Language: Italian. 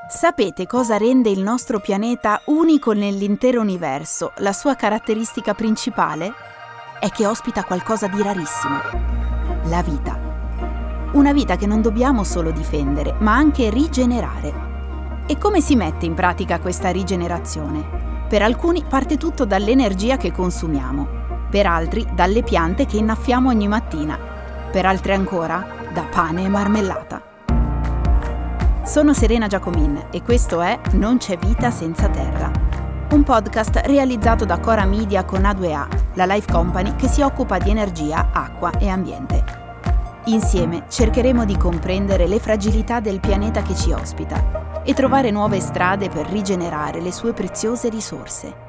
Sapete cosa rende il nostro pianeta unico nell'intero universo? La sua caratteristica principale? È che ospita qualcosa di rarissimo: la vita. Una vita che non dobbiamo solo difendere, ma anche rigenerare. E come si mette in pratica questa rigenerazione? Per alcuni parte tutto dall'energia che consumiamo, per altri dalle piante che innaffiamo ogni mattina, per altri ancora da pane e marmellata. Sono Serena Giacomin e questo è Non c'è vita senza terra, un podcast realizzato da Cora Media con A2A, la life company che si occupa di energia, acqua e ambiente. Insieme cercheremo di comprendere le fragilità del pianeta che ci ospita e trovare nuove strade per rigenerare le sue preziose risorse.